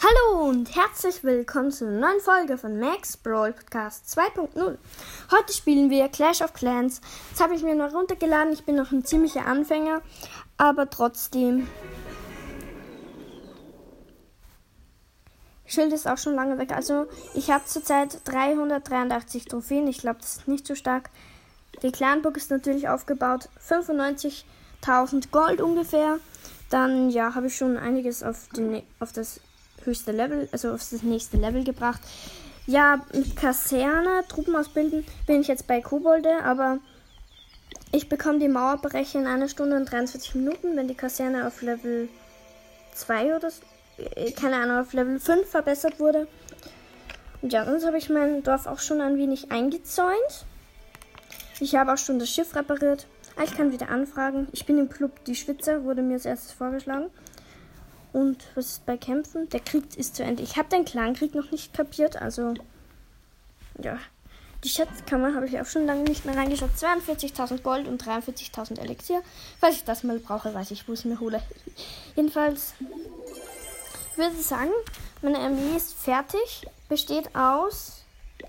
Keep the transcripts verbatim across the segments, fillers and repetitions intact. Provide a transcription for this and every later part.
Hallo und herzlich willkommen zu einer neuen Folge von Max Brawl Podcast zwei punkt null. Heute spielen wir Clash of Clans. Das habe ich mir noch runtergeladen. Ich bin noch ein ziemlicher Anfänger, aber trotzdem. Schild ist auch schon lange weg. Also ich habe zurzeit dreihundertdreiundachtzig Trophäen. Ich glaube, das ist nicht so stark. Die Clanburg ist natürlich aufgebaut. fünfundneunzigtausend Gold ungefähr. Dann ja, habe ich schon einiges auf, den, auf das höchste Level, also auf das nächste Level gebracht. Ja, mit Kaserne, Truppen ausbilden, bin ich jetzt bei Kobolde, aber ich bekomme die Mauerbrecher in einer Stunde und dreiundvierzig Minuten, wenn die Kaserne auf Level zwei oder so, keine Ahnung, auf Level fünf verbessert wurde. Und ja, sonst habe ich mein Dorf auch schon ein wenig eingezäunt. Ich habe auch schon das Schiff repariert. Ah, ich kann wieder anfragen. Ich bin im Club Die Schwitzer, wurde mir als erstes vorgeschlagen. Und was ist bei Kämpfen? Der Krieg ist zu Ende. Ich habe den Clankrieg noch nicht kapiert, also ja. Die Schatzkammer habe ich auch schon lange nicht mehr reingeschaut. zweiundvierzigtausend Gold und dreiundvierzigtausend Elixier. Falls ich das mal brauche, weiß ich, wo ich es mir hole. Jedenfalls, ich würde sagen, meine Armee ist fertig. Besteht aus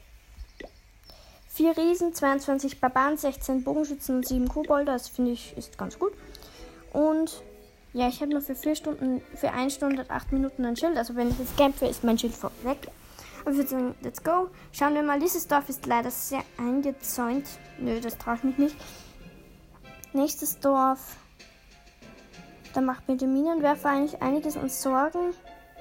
vier Riesen, zweiundzwanzig Barbaren, sechzehn Bogenschützen und sieben Kobolde. Das finde ich ist ganz gut. Und ja, ich habe nur für vier Stunden, für eine Stunde und acht Minuten ein Schild. Also wenn ich jetzt kämpfe, ist mein Schild weg. Aber ich würde sagen, let's go. Schauen wir mal, dieses Dorf ist leider sehr eingezäunt. Nö, das traue ich mich nicht. Nächstes Dorf. Da macht mir der Minenwerfer eigentlich einiges an Sorgen.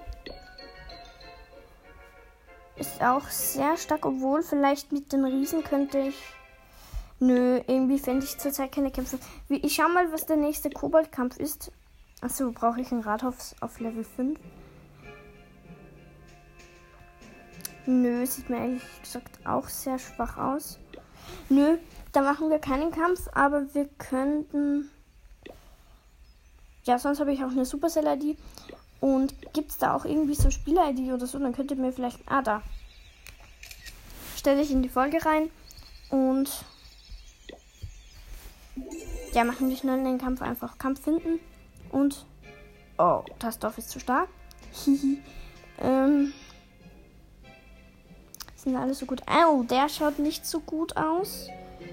Ist auch sehr stark, obwohl vielleicht mit den Riesen könnte ich... Nö, irgendwie fände ich zurzeit keine Kämpfe. Ich schau mal, was der nächste Koboldkampf ist. Achso, brauche ich ein Rathaus auf Level fünf? Nö, sieht mir ehrlich gesagt auch sehr schwach aus. Nö, da machen wir keinen Kampf, aber wir könnten... Ja, sonst habe ich auch eine Supercell-I D. Und gibt es da auch irgendwie so Spieler-I D oder so? Dann könnt ihr mir vielleicht... Ah, da. Stelle ich in die Folge rein. Und... Ja, machen wir schnell den Kampf einfach. Kampf finden. Und... Oh, das Dorf ist zu stark. Hihi. ähm... Sind alle so gut. Oh, der schaut nicht so gut aus.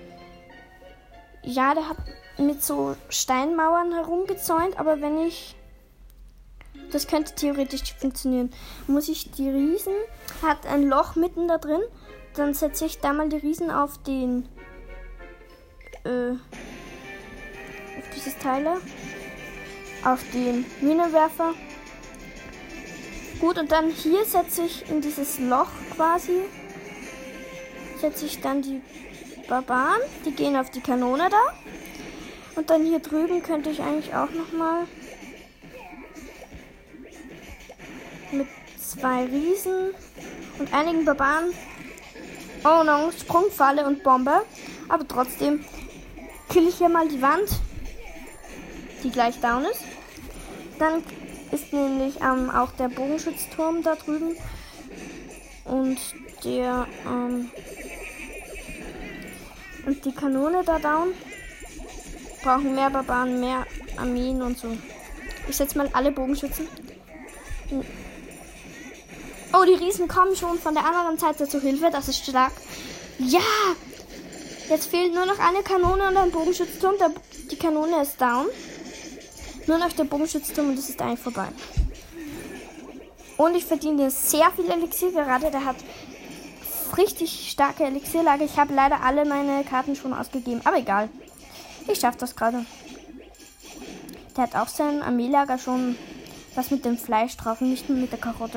Ja, der hat mit so Steinmauern herumgezäunt. Aber wenn ich... Das könnte theoretisch funktionieren. Muss ich die Riesen... Hat ein Loch mitten da drin. Dann setze ich da mal die Riesen auf den... Äh... Auf dieses Teil. Auf den Minenwerfer. Gut, und dann hier setze ich in dieses Loch quasi. Setze ich dann die Barbaren. Die gehen auf die Kanone da. Und dann hier drüben könnte ich eigentlich auch nochmal mit zwei Riesen und einigen Barbaren. Oh no, Sprungfalle und Bombe. Aber trotzdem kill ich hier mal die Wand, die gleich down ist. Dann ist nämlich ähm, auch der Bogenschützturm da drüben. Und der ähm, und die Kanone da down. Brauchen mehr Barbaren, mehr Armeen und so. Ich setze mal alle Bogenschützen. Oh, die Riesen kommen schon von der anderen Seite zur Hilfe. Das ist stark. Ja! Jetzt fehlt nur noch eine Kanone und ein Bogenschützturm. Der, die Kanone ist down. Nur noch der Bogenschützturm und es ist eigentlich vorbei. Und ich verdiene sehr viel Elixier gerade. Der hat richtig starke Elixierlage. Ich habe leider alle meine Karten schon ausgegeben. Aber egal. Ich schaffe das gerade. Der hat auch sein Armeelager schon was mit dem Fleisch drauf und nicht nur mit der Karotte.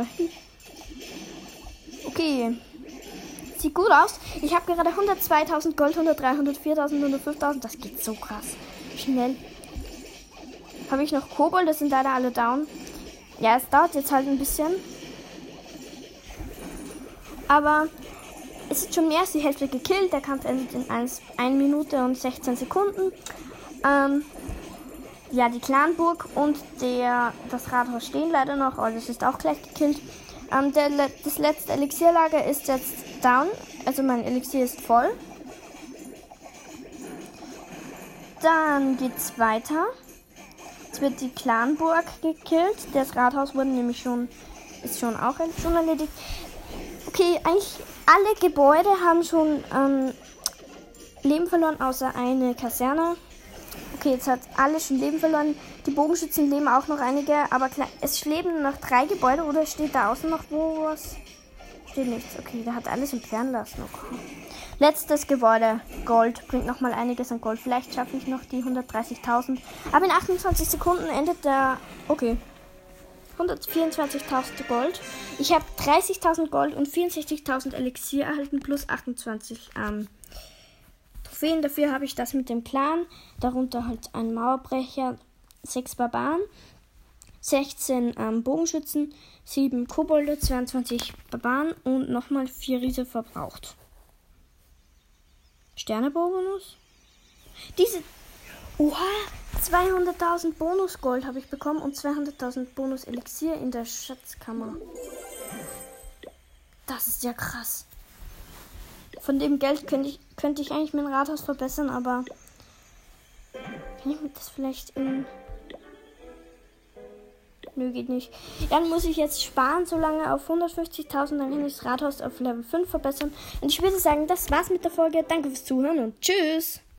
Okay. Sieht gut aus. Ich habe gerade hundertzweitausend Gold, hundertdrei, hundertviertausend, hundertfünftausend. Das geht so krass. Schnell. Habe ich noch Kobold, das sind leider alle down. Ja, es dauert jetzt halt ein bisschen. Aber es ist schon mehr als die Hälfte gekillt. Der Kampf endet in eins Minute und sechzehn Sekunden. Ähm, ja, die Clanburg und der, das Rathaus stehen leider noch. Oh, das ist auch gleich gekillt. Ähm, der, das letzte Elixierlager ist jetzt down. Also mein Elixier ist voll. Dann geht's weiter. Jetzt wird die Clanburg gekillt. Das Rathaus wurde nämlich schon ist schon auch schon erledigt. Okay, eigentlich alle Gebäude haben schon ähm, Leben verloren, außer eine Kaserne. Okay, jetzt hat alle schon Leben verloren. Die Bogenschützen leben auch noch einige, aber klar, es leben noch drei Gebäude oder steht da außen noch wo was? Steht nichts. Okay, der hat alles entfernen lassen. Okay. Letztes Gebäude. Gold. Bringt nochmal einiges an Gold. Vielleicht schaffe ich noch die hundertdreißigtausend. Aber in achtundzwanzig Sekunden endet der... Okay. hundertvierundzwanzigtausend Gold. Ich habe dreißigtausend Gold und vierundsechzigtausend Elixier erhalten plus achtundzwanzig ähm, Trophäen. Dafür habe ich das mit dem Clan. Darunter halt ein Mauerbrecher, sechs Barbaren, sechzehn ähm, Bogenschützen, sieben Kobolde, zweiundzwanzig Barbaren und nochmal vier Riese verbraucht. Sternebonus. Diese. Oha! zweihunderttausend Bonus-Gold habe ich bekommen und zweihunderttausend Bonus-Elixier in der Schatzkammer. Das ist ja krass. Von dem Geld könnte ich, könnte ich eigentlich mein Rathaus verbessern, aber kann ich das vielleicht in... Nö, geht nicht. Dann muss ich jetzt sparen, so lange auf hundertfünfzigtausend, dann kann ich das Rathaus auf Level fünf verbessern. Und ich würde sagen, das war's mit der Folge. Danke fürs Zuhören und tschüss!